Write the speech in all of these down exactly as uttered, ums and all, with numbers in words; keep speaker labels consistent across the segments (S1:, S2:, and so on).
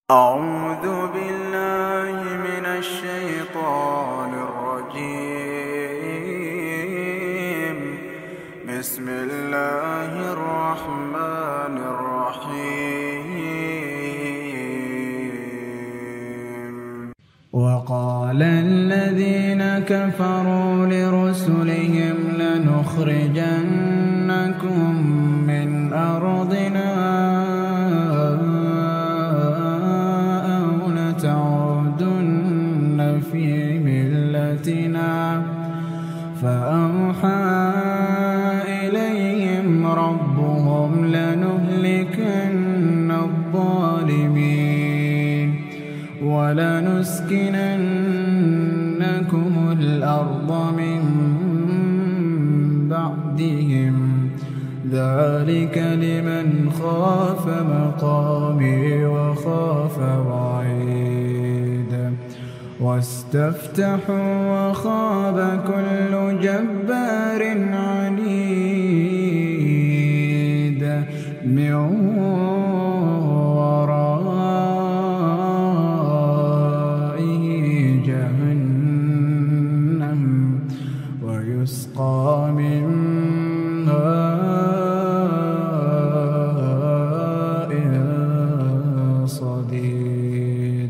S1: أعوذ بالله من الشيطان الرجيم. بسم الله الرحمن الرحيم. وقال الذين كفروا لرسلهم لنخرجنكم من أرضنا تعودن في ملتنا فأوحى إليهم ربهم لنهلكن الظالمين ولنسكننكم الأرض من بعدهم ذلك لمن خاف مقامي وخاف وعيد. واستفتحوا وخاب كل جبار عنيد من ورائه جهنم ويسقى من ماء صديد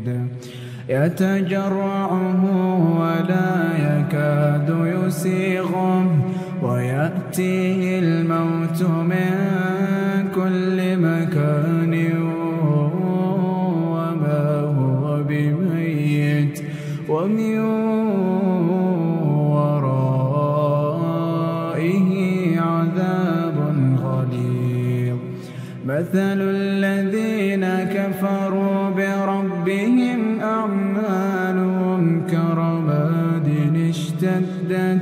S1: يتجرعه ولا يكاد يسيغه ويأتيه الموت من كل مكان وما هو بميت ومن ورائه عذاب غليظ. مثل الذين كفروا بربهم أعمالهم كرماد اشتدت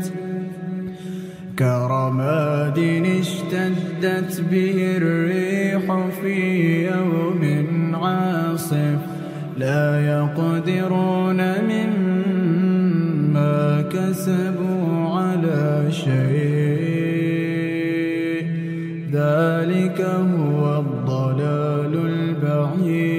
S1: كرماد اشتدت به الريح في يوم عاصف لا يقدرون مما كسبوا على شيء ذلك هو الضلال البعيد.